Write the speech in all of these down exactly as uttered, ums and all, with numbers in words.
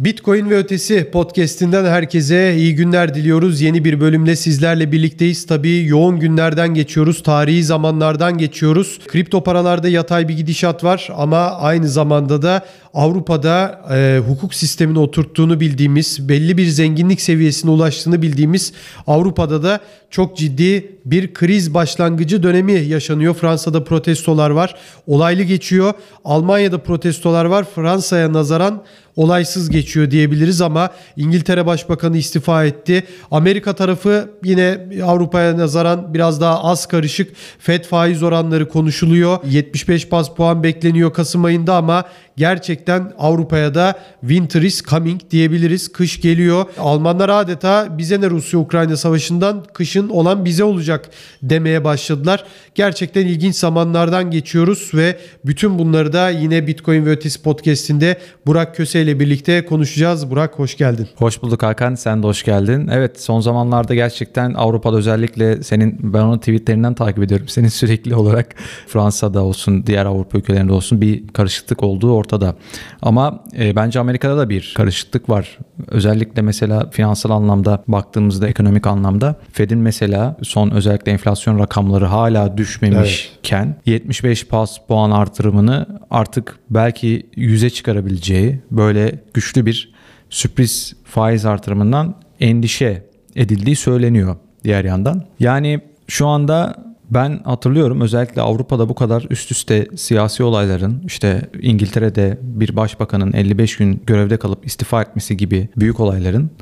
Bitcoin ve Ötesi podcast'inden herkese iyi günler diliyoruz. Yeni bir bölümle sizlerle birlikteyiz. Tabii yoğun günlerden geçiyoruz, tarihi zamanlardan geçiyoruz. Kripto paralarda yatay bir gidişat var ama aynı zamanda da Avrupa'da e, hukuk sistemini oturttuğunu bildiğimiz, belli bir zenginlik seviyesine ulaştığını bildiğimiz Avrupa'da da çok ciddi bir kriz başlangıcı dönemi yaşanıyor. Fransa'da protestolar var, olaylı geçiyor. Almanya'da protestolar var, Fransa'ya nazaran olaysız geçiyor diyebiliriz ama İngiltere Başbakanı istifa etti. Amerika tarafı yine Avrupa'ya nazaran biraz daha az karışık. Fed faiz oranları konuşuluyor. yetmiş beş baz puan bekleniyor Kasım ayında ama gerçekten Avrupa'ya da winter is coming diyebiliriz. Kış geliyor. Almanlar adeta bize ne Rusya-Ukrayna savaşından kışın olan bize olacak demeye başladılar. Gerçekten ilginç zamanlardan geçiyoruz ve bütün bunları da yine Bitcoin ve Ötesi podcast'inde Burak Köse ile birlikte konuşacağız. Burak hoş geldin. Hoş bulduk Hakan. Sen de hoş geldin. Evet, son zamanlarda gerçekten Avrupa'da özellikle senin, ben onun tweetlerinden takip ediyorum. Senin sürekli olarak Fransa'da olsun, diğer Avrupa ülkelerinde olsun bir karışıklık olduğu ortada. Ama e, bence Amerika'da da bir karışıklık var. Özellikle mesela finansal anlamda baktığımızda, ekonomik anlamda Fed'in mesela son özellikle enflasyon rakamları hala düşmemişken evet. yetmiş beş baz puan artırımını artık belki yüze çıkarabileceği böyle güçlü bir sürpriz faiz artırımından endişe edildiği söyleniyor diğer yandan. Yani şu anda ben hatırlıyorum, özellikle Avrupa'da bu kadar üst üste siyasi olayların, işte İngiltere'de bir başbakanın elli beş gün görevde kalıp istifa etmesi gibi büyük olayların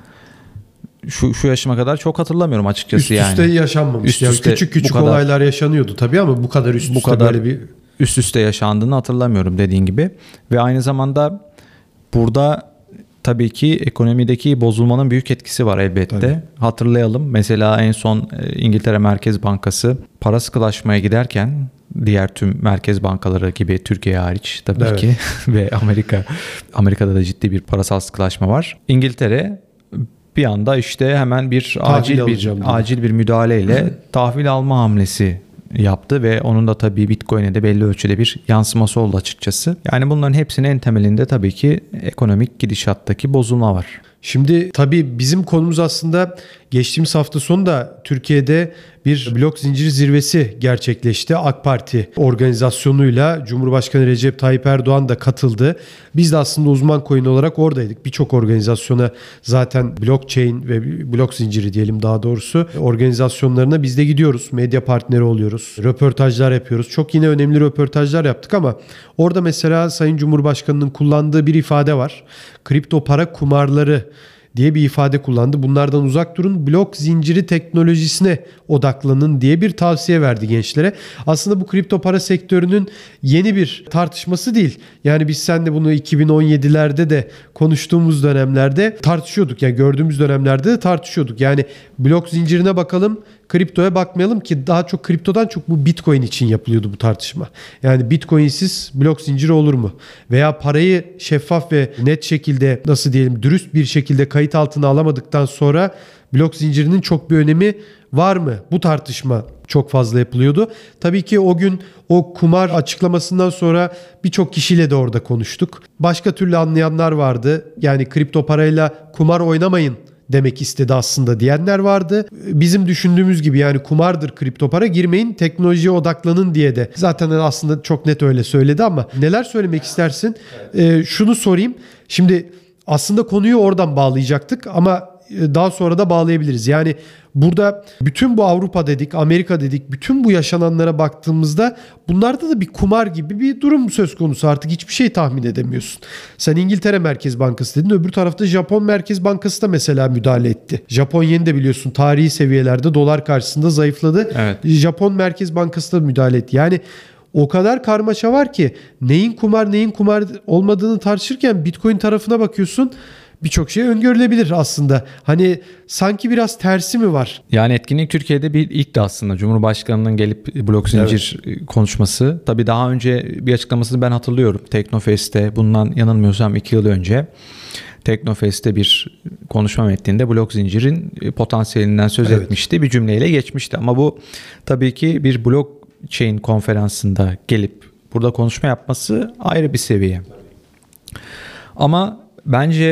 şu şu yaşıma kadar çok hatırlamıyorum açıkçası. Üst yani. üste yaşanmamış. Üst üste, küçük küçük kadar, olaylar yaşanıyordu tabii ama bu kadar üst bu üste kadar böyle bir üst üste yaşandığını hatırlamıyorum dediğin gibi. Ve aynı zamanda burada tabii ki ekonomideki bozulmanın büyük etkisi var elbette. Tabii. Hatırlayalım, mesela en son İngiltere Merkez Bankası para sıkılaşmaya giderken diğer tüm merkez bankaları gibi Türkiye hariç tabii evet. ki ve Amerika Amerika'da da ciddi bir parasal sıkılaşma var. İngiltere bir anda işte hemen bir tahvil acil bir acil bir müdahaleyle tahvil alma hamlesi yaptı ve onun da tabii Bitcoin'e de belli ölçüde bir yansıması oldu açıkçası. Yani bunların hepsinin en temelinde tabii ki ekonomik gidişattaki bozulma var. Şimdi tabii bizim konumuz aslında geçtiğimiz hafta sonu da Türkiye'de bir blok zinciri zirvesi gerçekleşti. AK Parti organizasyonuyla Cumhurbaşkanı Recep Tayyip Erdoğan da katıldı. Biz de aslında uzman coin olarak oradaydık. Birçok organizasyona zaten blockchain ve blok zinciri diyelim daha doğrusu organizasyonlarına biz de gidiyoruz. Medya partneri oluyoruz. Röportajlar yapıyoruz. Çok yine önemli röportajlar yaptık ama orada mesela Sayın Cumhurbaşkanı'nın kullandığı bir ifade var. Kripto para kumarları diye bir ifade kullandı. Bunlardan uzak durun, blok zinciri teknolojisine odaklanın diye bir tavsiye verdi gençlere. Aslında bu kripto para sektörünün yeni bir tartışması değil. Yani biz seninle bunu iki bin on yedilerde de konuştuğumuz dönemlerde tartışıyorduk. Yani gördüğümüz dönemlerde de tartışıyorduk. Yani blok zincirine bakalım, kriptoya bakmayalım ki daha çok kriptodan çok bu Bitcoin için yapılıyordu bu tartışma. Yani Bitcoin'siz blok zinciri olur mu? Veya parayı şeffaf ve net şekilde, nasıl diyelim, dürüst bir şekilde kayıt altına alamadıktan sonra blok zincirinin çok bir önemi var mı? Bu tartışma çok fazla yapılıyordu. Tabii ki o gün o kumar açıklamasından sonra birçok kişiyle de orada konuştuk. Başka türlü anlayanlar vardı. Yani kripto parayla kumar oynamayın demek istedi aslında diyenler vardı. Bizim düşündüğümüz gibi yani kumardır kripto para, girmeyin, teknolojiye odaklanın diye de zaten aslında çok net öyle söyledi ama neler söylemek istersin? Ee, şunu sorayım. Şimdi aslında konuyu oradan bağlayacaktık ama daha sonra da bağlayabiliriz. Yani burada bütün bu Avrupa dedik, Amerika dedik, bütün bu yaşananlara baktığımızda bunlarda da bir kumar gibi bir durum söz konusu. Artık hiçbir şey tahmin edemiyorsun. Sen İngiltere Merkez Bankası dedin, öbür tarafta Japon Merkez Bankası da mesela müdahale etti. Japon yeni de biliyorsun tarihi seviyelerde dolar karşısında zayıfladı. Evet. Japon Merkez Bankası da müdahale etti. Yani o kadar karmaşa var ki neyin kumar neyin kumar olmadığını tartışırken Bitcoin tarafına bakıyorsun. Birçok şey öngörülebilir aslında. Hani sanki biraz tersi mi var? Yani etkinlik Türkiye'de bir ilk de aslında. Cumhurbaşkanının gelip blok zincir evet. konuşması. Tabii daha önce bir açıklamasını ben hatırlıyorum. Teknofest'te, bundan yanılmıyorsam iki yıl önce Teknofest'te bir konuşma metninde blok zincirin potansiyelinden söz evet. etmişti. Bir cümleyle geçmişti. Ama bu tabii ki bir blockchain konferansında gelip burada konuşma yapması ayrı bir seviye. Ama bence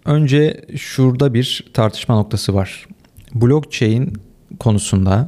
Önce şurada bir tartışma noktası var. Blockchain konusunda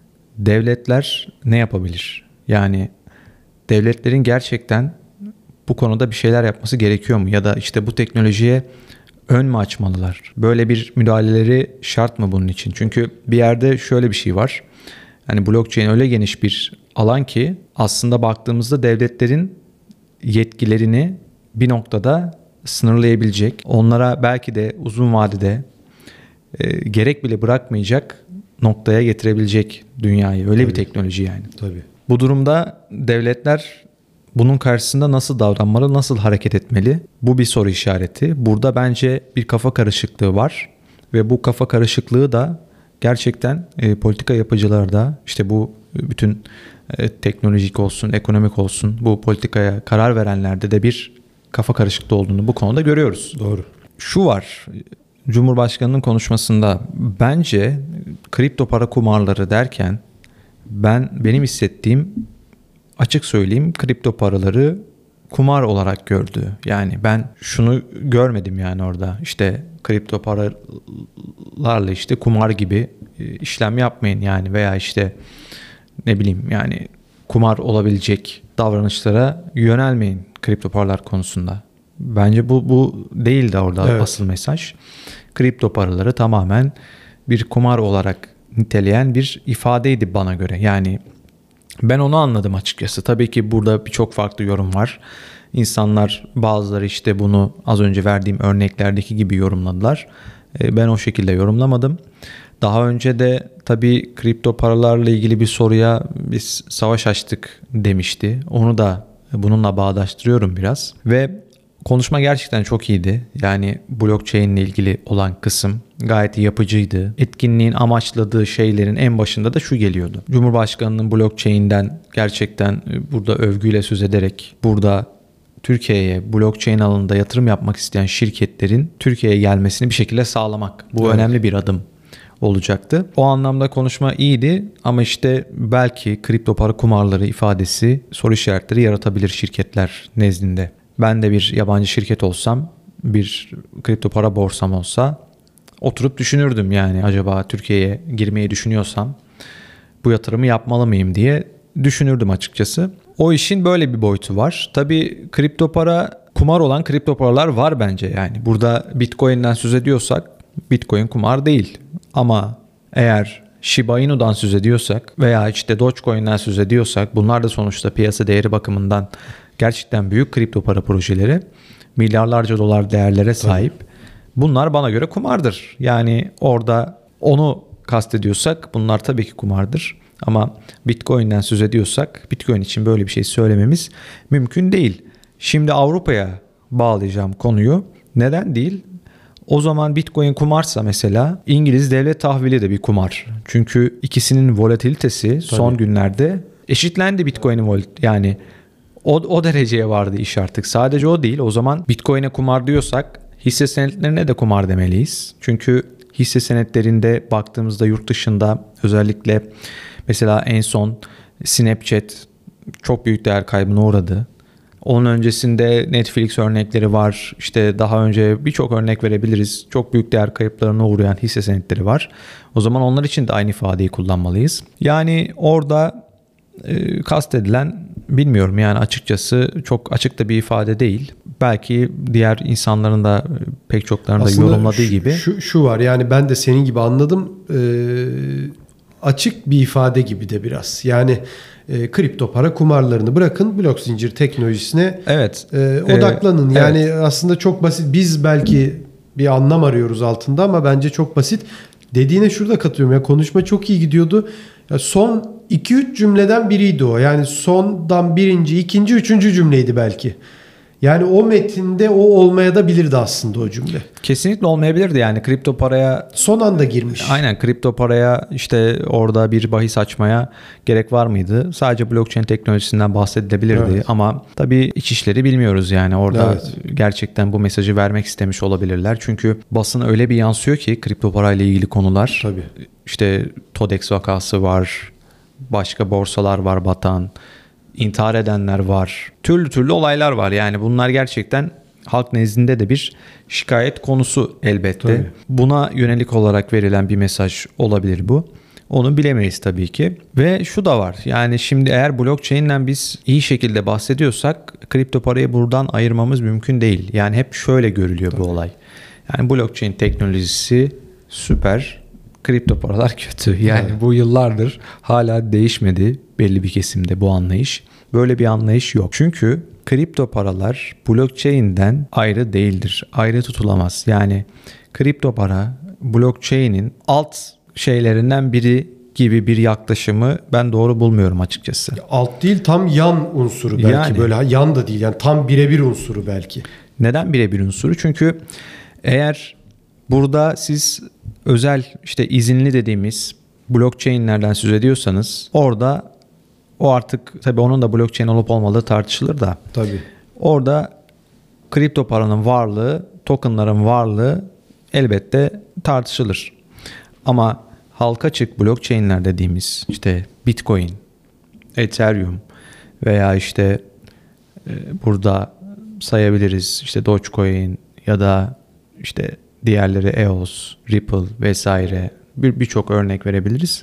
devletler ne yapabilir? Yani devletlerin gerçekten bu konuda bir şeyler yapması gerekiyor mu? Ya da işte bu teknolojiye ön mü açmalılar? Böyle bir müdahaleleri şart mı bunun için? Çünkü bir yerde şöyle bir şey var. Hani blockchain öyle geniş bir alan ki aslında baktığımızda devletlerin yetkilerini bir noktada sınırlayabilecek, onlara belki de uzun vadede e, gerek bile bırakmayacak noktaya getirebilecek dünyayı. Öyle Tabii. Bir teknoloji yani. Tabii. Bu durumda devletler bunun karşısında nasıl davranmalı, nasıl hareket etmeli? Bu bir soru işareti. Burada bence bir kafa karışıklığı var ve bu kafa karışıklığı da gerçekten e, politika yapıcılarda, işte bu bütün e, teknolojik olsun, ekonomik olsun, bu politikaya karar verenlerde de bir kafa karışıklığı olduğunu bu konuda görüyoruz. Doğru. Şu var, Cumhurbaşkanı'nın konuşmasında bence kripto para kumarları derken ben benim hissettiğim, açık söyleyeyim, kripto paraları kumar olarak gördü. Yani ben şunu görmedim yani orada. İşte kripto paralarla işte kumar gibi işlem yapmayın yani, veya işte ne bileyim yani kumar olabilecek davranışlara yönelmeyin kripto paralar konusunda. Bence bu bu değil de orada evet. Asıl mesaj. Kripto paraları tamamen bir kumar olarak niteleyen bir ifadeydi bana göre. Yani ben onu anladım açıkçası. Tabii ki burada birçok farklı yorum var. İnsanlar, bazıları işte bunu az önce verdiğim örneklerdeki gibi yorumladılar. Ben o şekilde yorumlamadım. Daha önce de tabii kripto paralarla ilgili bir soruya biz savaş açtık demişti. Onu da bununla bağdaştırıyorum biraz. Ve konuşma gerçekten çok iyiydi. Yani blockchain ile ilgili olan kısım gayet yapıcıydı. Etkinliğin amaçladığı şeylerin en başında da şu geliyordu. Cumhurbaşkanının blockchain'den gerçekten burada övgüyle söz ederek, burada Türkiye'ye blockchain alanında yatırım yapmak isteyen şirketlerin Türkiye'ye gelmesini bir şekilde sağlamak. Bu evet. Önemli bir adım olacaktı. O anlamda konuşma iyiydi ama işte belki kripto para kumarları ifadesi soru işaretleri yaratabilir şirketler nezdinde. Ben de bir yabancı şirket olsam, bir kripto para borsam olsa oturup düşünürdüm yani, acaba Türkiye'ye girmeyi düşünüyorsam bu yatırımı yapmalı mıyım diye düşünürdüm açıkçası. O işin böyle bir boyutu var. Tabii kripto para, kumar olan kripto paralar var bence yani. Burada Bitcoin'den söz ediyorsak Bitcoin kumar değil. Ama eğer Shiba Inu'dan söz ediyorsak veya işte Dogecoin'den söz ediyorsak, bunlar da sonuçta piyasa değeri bakımından gerçekten büyük kripto para projeleri, milyarlarca dolar değerlere sahip. Tabii. Bunlar bana göre kumardır. Yani orada onu kastediyorsak bunlar tabii ki kumardır. Ama Bitcoin'den söz ediyorsak Bitcoin için böyle bir şey söylememiz mümkün değil. Şimdi Avrupa'ya bağlayacağım konuyu. Neden değil? O zaman Bitcoin kumarsa mesela İngiliz devlet tahvili de bir kumar. Çünkü ikisinin volatilitesi tabii. Son günlerde eşitlendi Bitcoin'in volatilitesi. Yani o, o dereceye vardı iş artık. Sadece o değil. O zaman Bitcoin'e kumar diyorsak hisse senetlerine de kumar demeliyiz. Çünkü hisse senetlerinde baktığımızda yurt dışında özellikle mesela en son Snapchat çok büyük değer kaybına uğradı. Onun öncesinde Netflix örnekleri var. İşte daha önce birçok örnek verebiliriz. Çok büyük değer kayıplarına uğrayan hisse senetleri var. O zaman onlar için de aynı ifadeyi kullanmalıyız. Yani orada e, kastedilen, bilmiyorum yani, açıkçası çok açık da bir ifade değil. Belki diğer insanların da pek çoklarının da yorumladığı şu, gibi. Şu, şu var yani, ben de senin gibi anladım. Ee, açık bir ifade gibi de biraz. Yani e, kripto para kumarlarını bırakın, blok zincir teknolojisine evet. e, odaklanın. Ee, yani evet. Aslında çok basit. Biz belki bir anlam arıyoruz altında ama bence çok basit. Dediğine şurada katılıyorum. Ya, konuşma çok iyi gidiyordu. Ya, son iki üç cümleden biriydi o. Yani sondan birinci, ikinci, üçüncü cümleydi belki. Yani o metinde o olmaya da bilirdi aslında o cümle. Kesinlikle olmayabilirdi yani, kripto paraya son anda girmiş. Aynen, kripto paraya işte orada bir bahis açmaya gerek var mıydı? Sadece blockchain teknolojisinden bahsedilebilirdi evet. Ama tabii iç işleri bilmiyoruz yani, orada evet. Gerçekten bu mesajı vermek istemiş olabilirler. Çünkü basın öyle bir yansıyor ki kripto parayla ilgili konular. Tabii. İşte Todex vakası var, başka borsalar var batan, intihar edenler var. Türlü türlü olaylar var. Yani bunlar gerçekten halk nezdinde de bir şikayet konusu elbette. Tabii. Buna yönelik olarak verilen bir mesaj olabilir bu. Onu bilemeyiz tabii ki. Ve şu da var. Yani şimdi eğer blockchain'den biz iyi şekilde bahsediyorsak kripto parayı buradan ayırmamız mümkün değil. Yani hep şöyle görülüyor tabii bu olay. Yani blockchain teknolojisi süper, kripto paralar kötü. Yani evet. Bu yıllardır hala değişmedi belli bir kesimde bu anlayış. Böyle bir anlayış yok. Çünkü kripto paralar blockchain'den ayrı değildir. Ayrı tutulamaz. Yani kripto para blockchain'in alt şeylerinden biri gibi bir yaklaşımı ben doğru bulmuyorum açıkçası. Alt değil, tam yan unsuru belki, yani, böyle yan da değil yani tam birebir unsuru belki. Neden birebir unsuru? Çünkü eğer burada siz özel işte izinli dediğimiz blockchain'lerden söz ediyorsanız orada o artık tabii onun da blockchain olup olmadığı tartışılır da. Tabii. Orada kripto paranın varlığı, tokenların varlığı elbette tartışılır. Ama halka açık blockchain'ler dediğimiz işte Bitcoin, Ethereum veya işte e, burada sayabiliriz işte Dogecoin ya da işte diğerleri E O S, Ripple vesaire bir birçok örnek verebiliriz.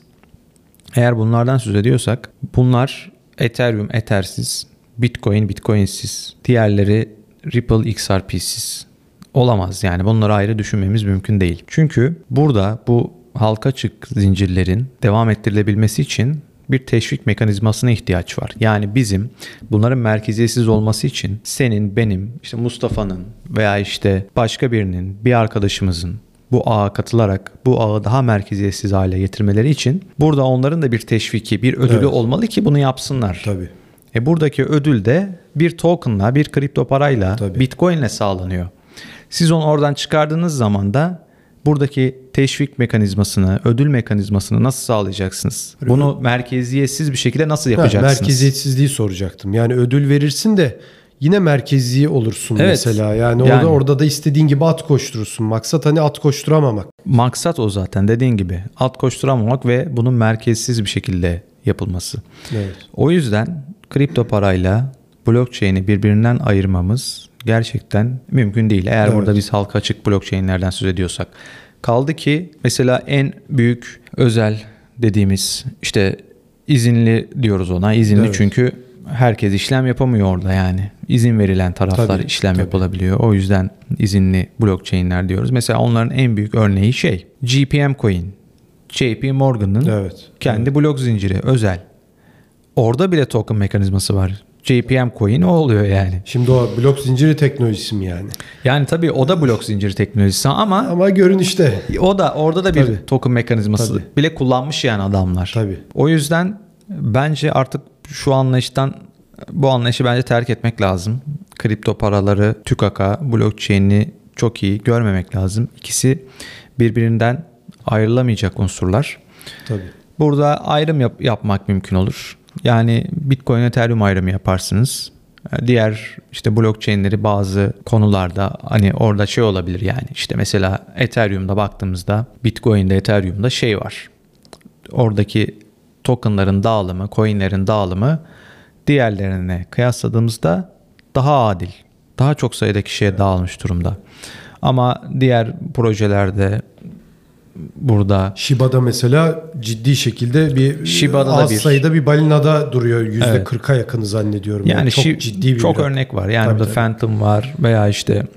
Eğer bunlardan söz ediyorsak bunlar Ethereum Ether'siz, Bitcoin Bitcoin'siz, diğerleri Ripple X R P'siz olamaz. Yani bunları ayrı düşünmemiz mümkün değil. Çünkü burada bu halka açık zincirlerin devam ettirilebilmesi için bir teşvik mekanizmasına ihtiyaç var. Yani bizim bunların merkeziyetsiz olması için senin, benim, işte Mustafa'nın veya işte başka birinin, bir arkadaşımızın bu ağa katılarak bu ağı daha merkeziyetsiz hale getirmeleri için burada onların da bir teşviki, bir ödülü evet. olmalı ki bunu yapsınlar. Tabii. E buradaki ödül de bir tokenla, bir kripto parayla, Tabii. Bitcoin'le sağlanıyor. Siz onu oradan çıkardığınız zaman da buradaki teşvik mekanizmasını, ödül mekanizmasını nasıl sağlayacaksınız? Bunu merkeziyetsiz bir şekilde nasıl yapacaksınız? Ha, merkeziyetsizliği soracaktım. Yani ödül verirsin de yine merkezi olursun evet. mesela. Yani, yani orada orada da istediğin gibi at koşturursun. Maksat hani at koşturamamak. Maksat o zaten dediğin gibi. At koşturamamak ve bunun merkezsiz bir şekilde yapılması. Evet. O yüzden kripto parayla blockchain'i birbirinden ayırmamız gerçekten mümkün değil. Eğer evet. burada biz halka açık blockchain'lerden söz ediyorsak. Kaldı ki mesela en büyük özel dediğimiz işte izinli diyoruz ona. İzinli evet. çünkü herkes işlem yapamıyor orada yani. İzin verilen taraflar tabii, işlem tabii. yapılabiliyor. O yüzden izinli blockchain'ler diyoruz. Mesela onların en büyük örneği şey G P M Coin. J P Morgan'ın evet, kendi evet. blok zinciri özel. Orada bile token mekanizması var. J P M Coin o oluyor yani. Şimdi o blok zinciri teknolojisi mi yani? Yani tabii o da blok zinciri teknolojisi ama ama görünüşte. O da orada da bir tabii. token mekanizması tabii. bile kullanmış yani adamlar. Tabii. O yüzden bence artık şu anlayıştan bu anlayışı bence terk etmek lazım. Kripto paraları, TÜKAK'a, blockchain'i çok iyi görmemek lazım. İkisi birbirinden ayrılamayacak unsurlar. Tabii. Burada ayrım yap- yapmak mümkün olur. Yani Bitcoin, Ethereum ayrımı yaparsınız. Diğer işte blockchain'leri bazı konularda hani orada şey olabilir yani işte mesela Ethereum'da baktığımızda Bitcoin'de, Ethereum'da şey var. Oradaki tokenların dağılımı, coin'lerin dağılımı diğerlerine kıyasladığımızda daha adil. Daha çok sayıda kişiye evet. dağılmış durumda. Ama diğer projelerde burada Shiba'da mesela ciddi şekilde bir Shiba'da az bir, sayıda bir balinada duruyor. yüzde kırka evet. yakını zannediyorum. Yani, yani çok şi, ciddi bir çok ürün. örnek var. Yani tabii, burada tabii. Phantom var veya işte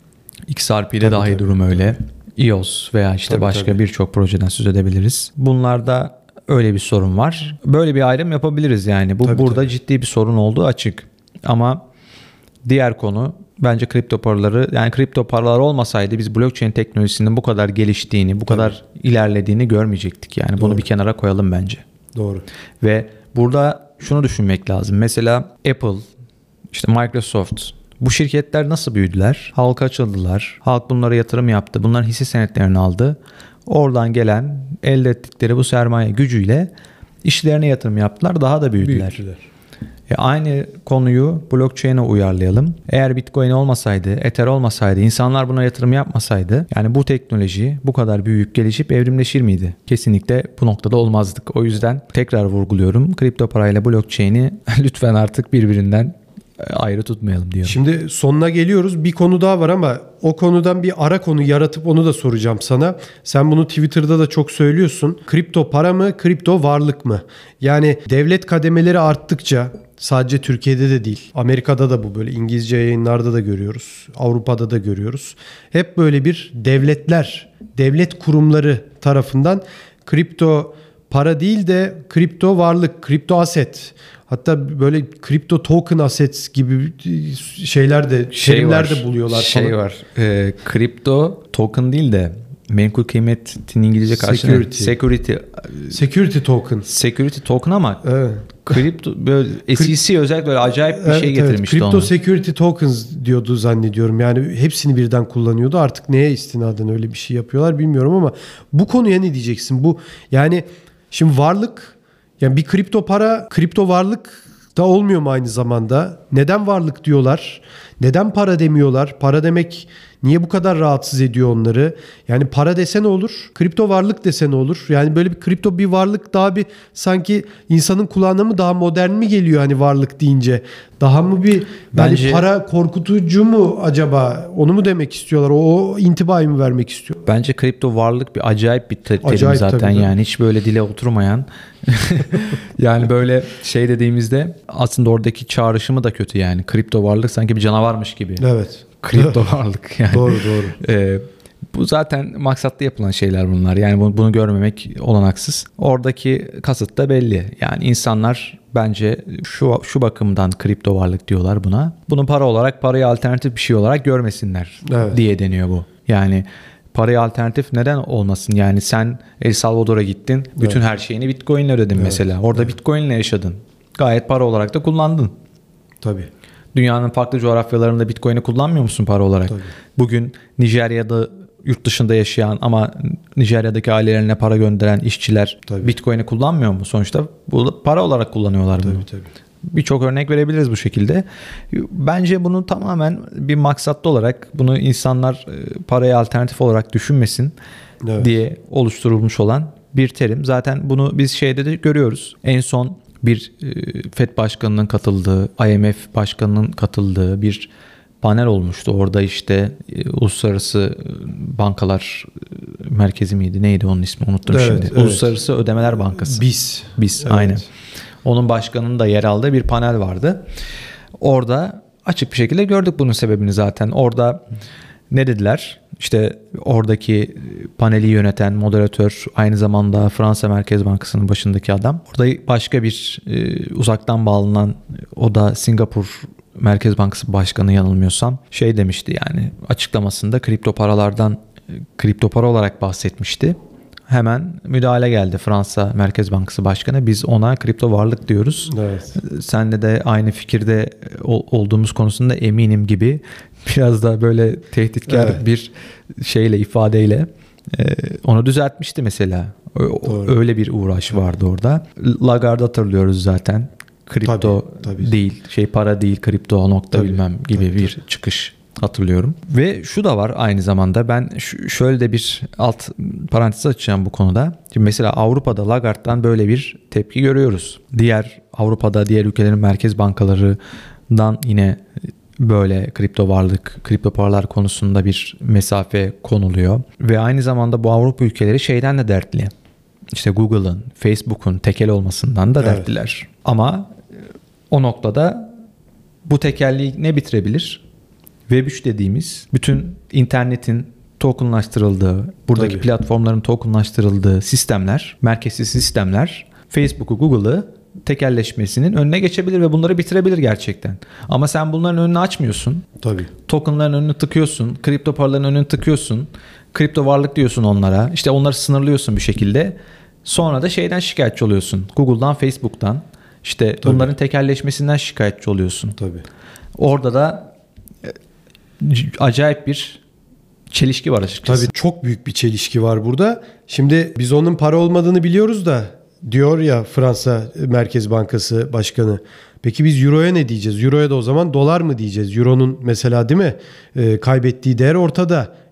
X R P'de dahi tabii, durum öyle. E O S veya işte tabii, başka birçok projeden söz edebiliriz. Bunlarda öyle bir sorun var. Böyle bir ayrım yapabiliriz yani. Bu tabii, burada tabii. ciddi bir sorun olduğu açık. Ama diğer konu bence kripto paraları yani kripto paralar olmasaydı biz blockchain teknolojisinin bu kadar geliştiğini, bu tabii. kadar ilerlediğini görmeyecektik. Yani Doğru. bunu bir kenara koyalım bence. Doğru. Ve burada şunu düşünmek lazım. Mesela Apple, işte Microsoft bu şirketler nasıl büyüdüler? Halka açıldılar. Halk bunlara yatırım yaptı. Bunların hisse senetlerini aldı. Oradan gelen elde ettikleri bu sermaye gücüyle işlerine yatırım yaptılar. Daha da büyüdüler. büyüdüler. E aynı konuyu blockchain'e uyarlayalım. Eğer Bitcoin olmasaydı, Ether olmasaydı, insanlar buna yatırım yapmasaydı yani bu teknoloji bu kadar büyüyüp gelişip evrimleşir miydi? Kesinlikle bu noktada olmazdık. O yüzden tekrar vurguluyorum. Kripto parayla blockchain'i lütfen artık birbirinden ayrı tutmayalım diyorum. Şimdi sonuna geliyoruz. Bir konu daha var ama o konudan bir ara konu yaratıp onu da soracağım sana. Sen bunu Twitter'da da çok söylüyorsun. Kripto para mı, kripto varlık mı? Yani devlet kademeleri arttıkça, sadece Türkiye'de de değil, Amerika'da da bu böyle, İngilizce yayınlarda da görüyoruz, Avrupa'da da görüyoruz. Hep böyle bir devletler, devlet kurumları tarafından kripto para değil de kripto varlık, kripto aset, hatta böyle kripto token assets gibi şeyler de, şey terimler var, de buluyorlar şey falan. var. E, kripto token değil de menkul kıymetin İngilizce karşılığı Security. security. Security token. Security token ama Evet. kripto böyle S E C özellikle böyle acayip bir Evet, şey evet. getirmişti Crypto onu. security tokens diyordu zannediyorum. Yani hepsini birden kullanıyordu. Artık neye istinaden öyle bir şey yapıyorlar bilmiyorum ama bu konuya ne diyeceksin? Bu yani şimdi varlık, yani bir kripto para, kripto varlık da olmuyor mu aynı zamanda? Neden varlık diyorlar? Neden para demiyorlar? Para demek niye bu kadar rahatsız ediyor onları? Yani para dese ne olur? Kripto varlık dese ne olur? Yani böyle bir kripto bir varlık daha bir sanki insanın kulağına mı daha modern mi geliyor hani varlık deyince? Daha mı bir Bence, yani para korkutucu mu acaba? Onu mu demek istiyorlar? O, o intibayı mı vermek istiyor? Bence kripto varlık bir acayip bir terim Acayip zaten tabii, yani hiç böyle dile oturmayan. Yani böyle şey dediğimizde aslında oradaki çağrışımı da kötü yani. Kripto varlık sanki bir canavarmış gibi. Evet. Kripto varlık yani. Doğru doğru. Ee, bu zaten maksatlı yapılan şeyler bunlar. Yani bunu, bunu görmemek olanaksız. Oradaki kasıt da belli. Yani insanlar bence şu şu bakımdan kripto varlık diyorlar buna. Bunu para olarak, parayı alternatif bir şey olarak görmesinler Evet. diye deniyor bu. Yani paraya alternatif neden olmasın? Yani sen El Salvador'a gittin. Bütün evet. her şeyini Bitcoin'le ödedin evet. mesela. Orada evet. Bitcoin'le yaşadın. Gayet para olarak da kullandın. Tabii. Dünyanın farklı coğrafyalarında Bitcoin'i kullanmıyor musun para olarak? Tabii. Bugün Nijerya'da yurt dışında yaşayan ama Nijerya'daki ailelerine para gönderen işçiler tabii. Bitcoin'i kullanmıyor mu? Sonuçta bu para olarak kullanıyorlar bunu. Tabii tabii. Birçok örnek verebiliriz bu şekilde. Bence bunu tamamen bir maksatlı olarak bunu insanlar paraya alternatif olarak düşünmesin evet. diye oluşturulmuş olan bir terim. Zaten bunu biz şeyde de görüyoruz. En son bir F E D başkanının katıldığı, I M F başkanının katıldığı bir panel olmuştu. Orada işte Uluslararası Bankalar Merkezi miydi? Neydi onun ismi? Unuttum evet, şimdi. Evet. Uluslararası Ödemeler Bankası. B I S. B I S, evet. aynen. Onun başkanının da yer aldığı bir panel vardı. Orada açık bir şekilde gördük bunun sebebini zaten. Orada ne dediler? İşte oradaki paneli yöneten moderatör, aynı zamanda Fransa Merkez Bankası'nın başındaki adam. Orada başka bir e, uzaktan bağlanan, o da Singapur Merkez Bankası Başkanı yanılmıyorsam şey demişti, yani açıklamasında kripto paralardan kripto para olarak bahsetmişti. Hemen müdahale geldi Fransa Merkez Bankası Başkanı. Biz ona kripto varlık diyoruz. Evet. Senle de aynı fikirde olduğumuz konusunda eminim gibi biraz da böyle tehditkar evet. bir şeyle, ifadeyle onu düzeltmişti mesela. Doğru. Öyle bir uğraş vardı orada. Lagarde hatırlıyoruz zaten. Kripto tabii, tabii. değil, şey para değil, kripto nokta tabii, bilmem gibi tabii, bir tabii. çıkış hatırlıyorum. Ve şu da var aynı zamanda, ben şöyle de bir alt parantez açacağım bu konuda. Şimdi mesela Avrupa'da Lagarde'dan böyle bir tepki görüyoruz. Diğer Avrupa'da diğer ülkelerin merkez bankalarından yine böyle kripto varlık, kripto paralar konusunda bir mesafe konuluyor. Ve aynı zamanda bu Avrupa ülkeleri şeyden de dertli. İşte Google'ın, Facebook'un tekel olmasından da evet. dertliler. Ama o noktada bu tekelliği ne bitirebilir? Web üç dediğimiz bütün internetin tokenlaştırıldığı, buradaki Tabii. platformların tokenlaştırıldığı sistemler, merkezsiz sistemler Facebook'u, Google'ı tekelleşmesinin önüne geçebilir ve bunları bitirebilir gerçekten. Ama sen bunların önünü açmıyorsun. Tabii. Tokenların önünü tıkıyorsun, kripto paraların önünü tıkıyorsun. Kripto varlık diyorsun onlara. İşte onları sınırlıyorsun bir şekilde. Sonra da şeyden şikayetçi oluyorsun. Google'dan, Facebook'tan. İşte Tabii. bunların tekelleşmesinden şikayetçi oluyorsun. Tabii. Orada da acayip bir çelişki var açıkçası. Tabii çok büyük bir çelişki var burada. Şimdi biz onun para olmadığını biliyoruz da diyor ya Fransa Merkez Bankası Başkanı. Peki biz Euro'ya ne diyeceğiz? Euro'ya da o zaman dolar mı diyeceğiz? Euro'nun mesela değil mi? E, kaybettiği değer ortada.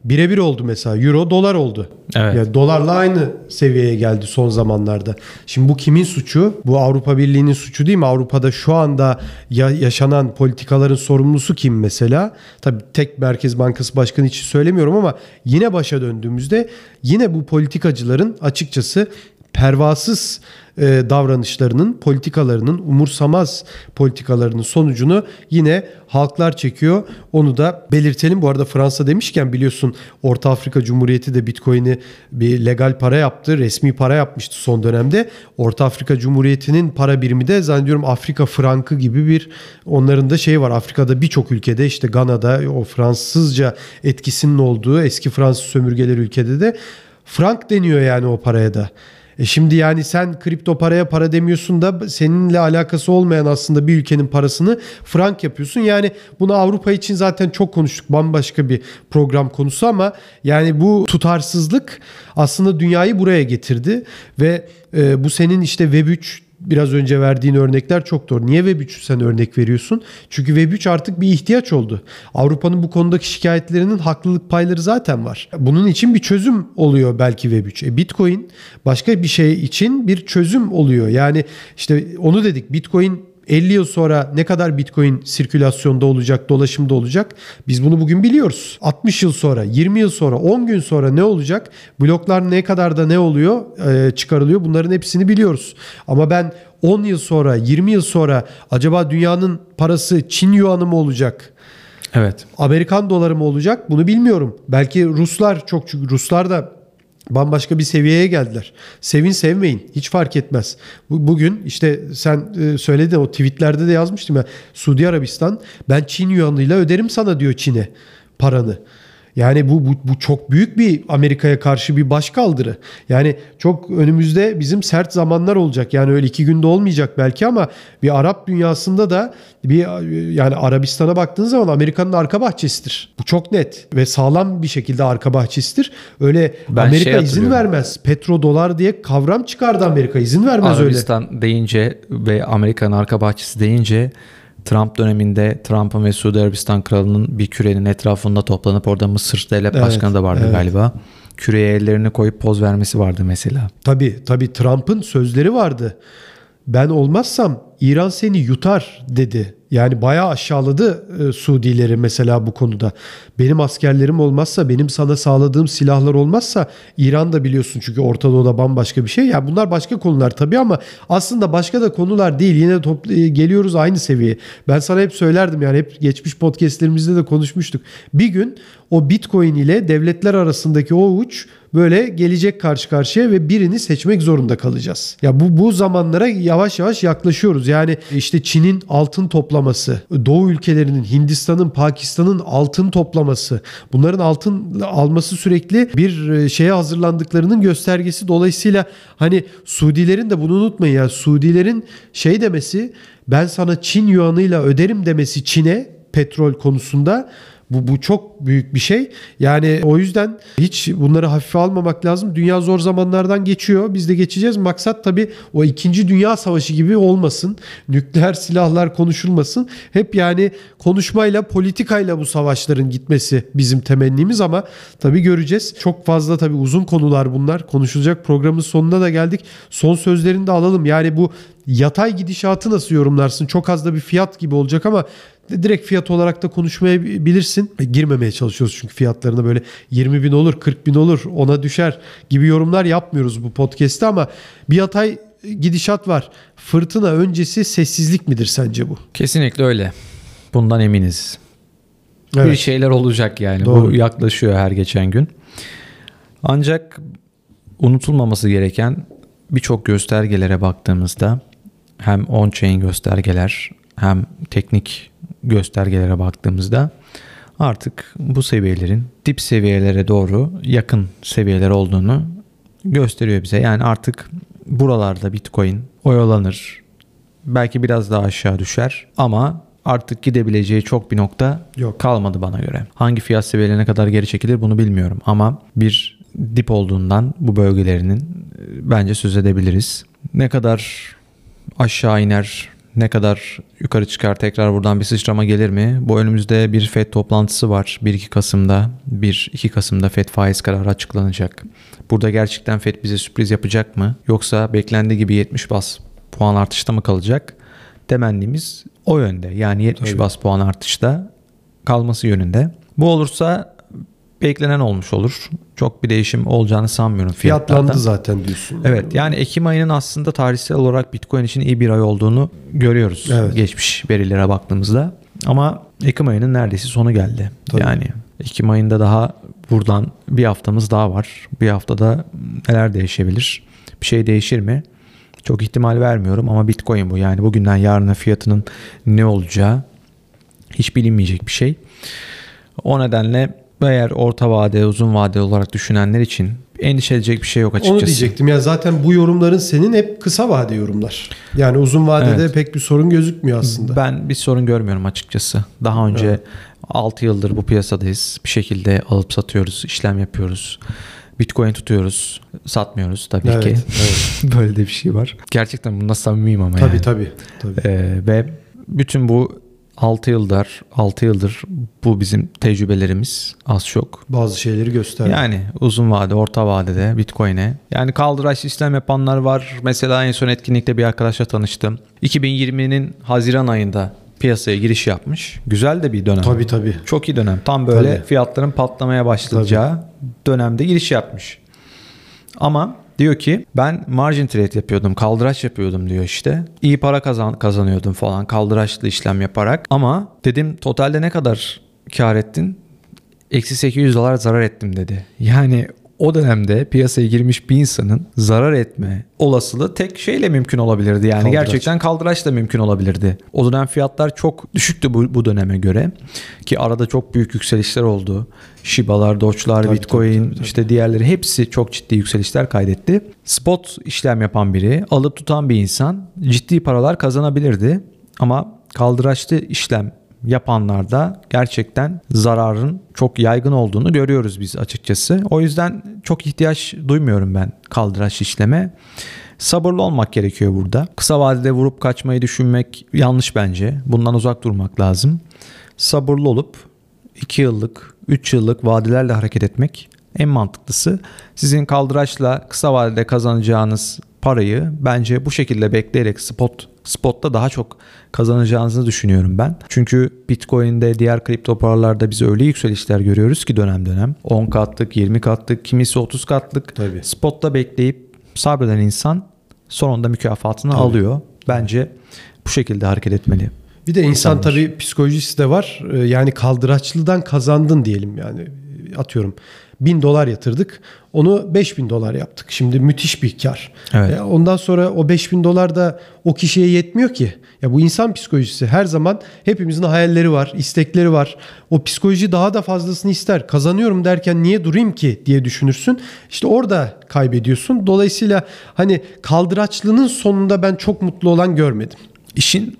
birebir oldu mesela. Euro dolar oldu. Evet. Yani dolarla aynı seviyeye geldi son zamanlarda. Şimdi bu kimin suçu? Bu Avrupa Birliği'nin suçu değil mi? Avrupa'da şu anda ya- yaşanan politikaların sorumlusu kim mesela? Tabii tek Merkez Bankası Başkanı için söylemiyorum ama yine başa döndüğümüzde yine bu politikacıların açıkçası pervasız e, davranışlarının, politikalarının, umursamaz politikalarının sonucunu yine halklar çekiyor. Onu da belirtelim. Bu arada Fransa demişken biliyorsun Orta Afrika Cumhuriyeti de Bitcoin'i bir legal para yaptı. Resmi para yapmıştı son dönemde. Orta Afrika Cumhuriyeti'nin para birimi de zannediyorum Afrika frankı gibi bir, onların da şey var. Afrika'da birçok ülkede, işte Gana'da o Fransızca etkisinin olduğu eski Fransız sömürgeleri ülkede de frank deniyor yani o paraya da. E şimdi yani sen kripto paraya para demiyorsun da seninle alakası olmayan aslında bir ülkenin parasını frank yapıyorsun. Yani bunu Avrupa için zaten çok konuştuk, bambaşka bir program konusu ama yani bu tutarsızlık aslında dünyayı buraya getirdi ve e, bu senin işte Web üç, biraz önce verdiğin örnekler çok doğru. Niye Web üçü sen örnek veriyorsun? Çünkü Web üç artık bir ihtiyaç oldu. Avrupa'nın bu konudaki şikayetlerinin haklılık payları zaten var. Bunun için bir çözüm oluyor belki Web üç. E Bitcoin başka bir şey için bir çözüm oluyor. Yani işte onu dedik, Bitcoin elli yıl sonra ne kadar Bitcoin sirkülasyonda olacak, dolaşımda olacak? Biz bunu bugün biliyoruz. altmış yıl sonra, yirmi yıl sonra, on gün sonra ne olacak? Bloklar ne kadar da ne oluyor, e, çıkarılıyor? Bunların hepsini biliyoruz. Ama ben on yıl sonra, yirmi yıl sonra acaba dünyanın parası Çin yuanı mı olacak? Evet. Amerikan doları mı olacak? Bunu bilmiyorum. Belki Ruslar çok, çünkü Ruslar da bambaşka bir seviyeye geldiler. Sevin sevmeyin hiç fark etmez. Bugün işte sen söyledin, o tweetlerde de yazmıştım ya, Suudi Arabistan ben Çin yuanıyla öderim sana diyor Çin'e paranı. Yani bu, bu, bu çok büyük bir Amerika'ya karşı bir başkaldırı. Yani çok önümüzde bizim sert zamanlar olacak. Yani öyle iki günde olmayacak belki ama bir Arap dünyasında da bir, yani Arabistan'a baktığın zaman Amerika'nın arka bahçesidir. Bu çok net ve sağlam bir şekilde arka bahçesidir. Öyle ben Amerika şey izin vermez. Petrodolar diye kavram çıkardı Amerika. İzin vermez Arabistan öyle. Arabistan deyince ve Amerika'nın arka bahçesi deyince Trump döneminde Trump'ın ve Suudi Arabistan kralının bir kürenin etrafında toplanıp orada Mısır devlet evet, başkanı da vardı evet. galiba. Küreye ellerini koyup poz vermesi vardı mesela. Tabii tabii Trump'ın sözleri vardı. Ben olmazsam İran seni yutar dedi. Yani bayağı aşağıladı e, Suudileri mesela bu konuda. Benim askerlerim olmazsa, benim sana sağladığım silahlar olmazsa, İran da biliyorsun çünkü Orta Doğu'da bambaşka bir şey. Yani bunlar başka konular tabii ama aslında başka da konular değil. Yine topl- geliyoruz aynı seviyeye. Ben sana hep söylerdim, yani hep geçmiş podcastlerimizde de konuşmuştuk. Bir gün o Bitcoin ile devletler arasındaki o uç böyle gelecek karşı karşıya ve birini seçmek zorunda kalacağız. Ya bu bu zamanlara yavaş yavaş yaklaşıyoruz. Yani işte Çin'in altın toplaması, Doğu ülkelerinin, Hindistan'ın, Pakistan'ın altın toplaması, bunların altın alması sürekli bir şeye hazırlandıklarının göstergesi. Dolayısıyla hani Suudilerin de bunu unutmayın ya, Suudilerin şey demesi, ben sana Çin yuanıyla öderim demesi Çin'e petrol konusunda, Bu, bu çok büyük bir şey. Yani o yüzden hiç bunları hafife almamak lazım. Dünya zor zamanlardan geçiyor. Biz de geçeceğiz. Maksat tabii o ikinci Dünya Savaşı gibi olmasın. Nükleer silahlar konuşulmasın. Hep yani konuşmayla, politikayla bu savaşların gitmesi bizim temennimiz ama tabii göreceğiz. Çok fazla tabii uzun konular bunlar. Konuşulacak, programın sonuna da geldik. Son sözlerini de alalım. Yani bu yatay gidişatı nasıl yorumlarsın? Çok az da bir fiyat gibi olacak ama direkt fiyat olarak da konuşmayabilirsin. Girmemeye çalışıyoruz çünkü fiyatlarına böyle yirmi bin olur, kırk bin olur, ona düşer gibi yorumlar yapmıyoruz bu podcast'te ama bir yatay gidişat var. Fırtına öncesi sessizlik midir sence bu? Kesinlikle öyle. Bundan eminiz. Evet. Bir şeyler olacak yani. Doğru. Bu yaklaşıyor her geçen gün. Ancak unutulmaması gereken birçok göstergelere baktığımızda hem on-chain göstergeler hem teknik göstergelere baktığımızda artık bu seviyelerin dip seviyelere doğru yakın seviyeler olduğunu gösteriyor bize. Yani artık buralarda Bitcoin oyalanır. Belki biraz daha aşağı düşer ama artık gidebileceği çok bir nokta yok, kalmadı bana göre. Hangi fiyat seviyelerine kadar geri çekilir bunu bilmiyorum ama bir dip olduğundan bu bölgelerinin bence söz edebiliriz. Ne kadar aşağı iner, Ne kadar yukarı çıkar, tekrar buradan bir sıçrama gelir mi? Bu önümüzde bir Fed toplantısı var. bir iki Kasım'da, bir iki Kasım'da Fed faiz kararı açıklanacak. Burada gerçekten Fed bize sürpriz yapacak mı? Yoksa beklendiği gibi yetmiş bas puan artışta mı kalacak? Temennimiz o yönde. Yani yetmiş Tabii. bas puan artışta kalması yönünde. Bu olursa beklenen olmuş olur. Çok bir değişim olacağını sanmıyorum fiyatlardan. Fiyatlandı zaten diyorsun. Evet, yani Ekim ayının aslında tarihsel olarak Bitcoin için iyi bir ay olduğunu görüyoruz. Evet. Geçmiş verilere baktığımızda. Ama Ekim ayının neredeyse sonu geldi. Tabii. Yani Ekim ayında daha buradan bir haftamız daha var. Bir haftada neler değişebilir? Bir şey değişir mi? Çok ihtimal vermiyorum ama Bitcoin bu. Yani bugünden yarına fiyatının ne olacağı hiç bilinmeyecek bir şey. O nedenle eğer orta vade, uzun vade olarak düşünenler için endişe edecek bir şey yok açıkçası. Onu diyecektim. Ya zaten bu yorumların senin hep kısa vade yorumlar. Yani uzun vadede Evet. pek bir sorun gözükmüyor aslında. Ben bir sorun görmüyorum açıkçası. Daha önce Evet. altı yıldır bu piyasadayız. Bir şekilde alıp satıyoruz, işlem yapıyoruz. Bitcoin tutuyoruz, satmıyoruz tabii Evet, ki. evet. Böyle de bir şey var. Gerçekten bunda samimiyim ama Tabii yani. tabii. tabii. Ee, ve bütün bu altı yıldır, altı yıldır bu bizim tecrübelerimiz az çok. Bazı şeyleri göster. Yani uzun vade, orta vadede Bitcoin'e. Yani kaldıraç işlem yapanlar var. Mesela en son etkinlikte bir arkadaşla tanıştım. iki bin yirminin Haziran ayında piyasaya giriş yapmış. Güzel de bir dönem. Tabii tabii. Çok iyi dönem. Tam böyle Tabii. fiyatların patlamaya başlayacağı dönemde giriş yapmış. Ama diyor ki ben margin trade yapıyordum, kaldıraç yapıyordum diyor işte. İyi para kazan kazanıyordum falan kaldıraçlı işlem yaparak. Ama dedim totalde ne kadar kar ettin? Eksi sekiz yüz dolar zarar ettim dedi. Yani o dönemde piyasaya girmiş bir insanın zarar etme olasılığı tek şeyle mümkün olabilirdi. Yani Kaldıraç. gerçekten kaldıraçla mümkün olabilirdi. O dönem fiyatlar çok düşüktü bu, bu döneme göre. Ki arada çok büyük yükselişler oldu. Shiba'lar, Doge'lar, Tabii, Bitcoin, tabii, tabii, tabii. işte diğerleri hepsi çok ciddi yükselişler kaydetti. Spot işlem yapan biri, alıp tutan bir insan ciddi paralar kazanabilirdi. Ama kaldıraçlı işlem yapanlarda gerçekten zararın çok yaygın olduğunu görüyoruz biz açıkçası. O yüzden çok ihtiyaç duymuyorum ben kaldıraç işleme. Sabırlı olmak gerekiyor burada. Kısa vadede vurup kaçmayı düşünmek yanlış bence. Bundan uzak durmak lazım. Sabırlı olup iki yıllık, üç yıllık vadelerle hareket etmek en mantıklısı. Sizin kaldıraçla kısa vadede kazanacağınız parayı bence bu şekilde bekleyerek spot spotta daha çok kazanacağınızı düşünüyorum ben. Çünkü Bitcoin'de diğer kripto paralarda biz öyle yükselişler görüyoruz ki dönem dönem. on katlık, yirmi katlık, kimisi otuz katlık. Tabii. Spotta bekleyip sabreden insan sonunda mükafatını Tabii. alıyor. Bence bu şekilde hareket etmeli. Bir de insan İnsanlar. tabii psikolojisi de var. Ee, Yani kaldıraçlıdan kazandın diyelim yani. Atıyorum bin dolar yatırdık. Onu beş bin dolar yaptık. Şimdi müthiş bir kar. Evet. E, Ondan sonra o beş bin dolar da o kişiye yetmiyor ki. Ya bu insan psikolojisi. Her zaman hepimizin hayalleri var, istekleri var. O psikoloji daha da fazlasını ister. Kazanıyorum derken niye durayım ki diye düşünürsün. İşte orada kaybediyorsun. Dolayısıyla hani kaldıraçlının sonunda ben çok mutlu olan görmedim. İşin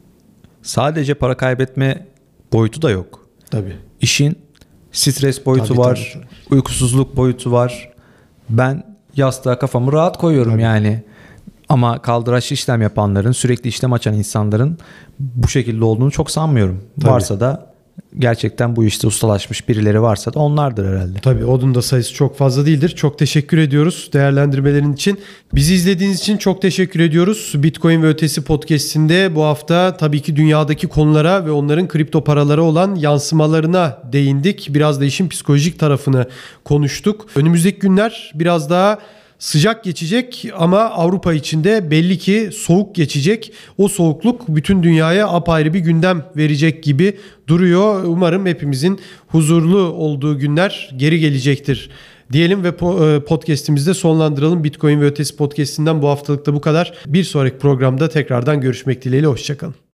sadece para kaybetme boyutu da yok. Tabii. İşin stres boyutu Tabii, var, tabii, uykusuzluk boyutu var. Ben yastığa kafamı rahat koyuyorum Tabii. yani. Ama kaldıraçlı işlem yapanların, sürekli işlem açan insanların bu şekilde olduğunu çok sanmıyorum. Tabii. Varsa da gerçekten bu işte ustalaşmış birileri varsa da onlardır herhalde. Tabii onun da sayısı çok fazla değildir. Çok teşekkür ediyoruz değerlendirmelerin için. Bizi izlediğiniz için çok teşekkür ediyoruz. Bitcoin ve Ötesi podcast'inde bu hafta tabii ki dünyadaki konulara ve onların kripto paralara olan yansımalarına değindik. Biraz da işin psikolojik tarafını konuştuk. Önümüzdeki günler biraz daha sıcak geçecek ama Avrupa içinde belli ki soğuk geçecek. O soğukluk bütün dünyaya apayrı bir gündem verecek gibi duruyor. Umarım hepimizin huzurlu olduğu günler geri gelecektir diyelim ve podcast'imizde sonlandıralım. Bitcoin ve Ötesi podcast'inden bu haftalık da bu kadar. Bir sonraki programda tekrardan görüşmek dileğiyle. Hoşçakalın.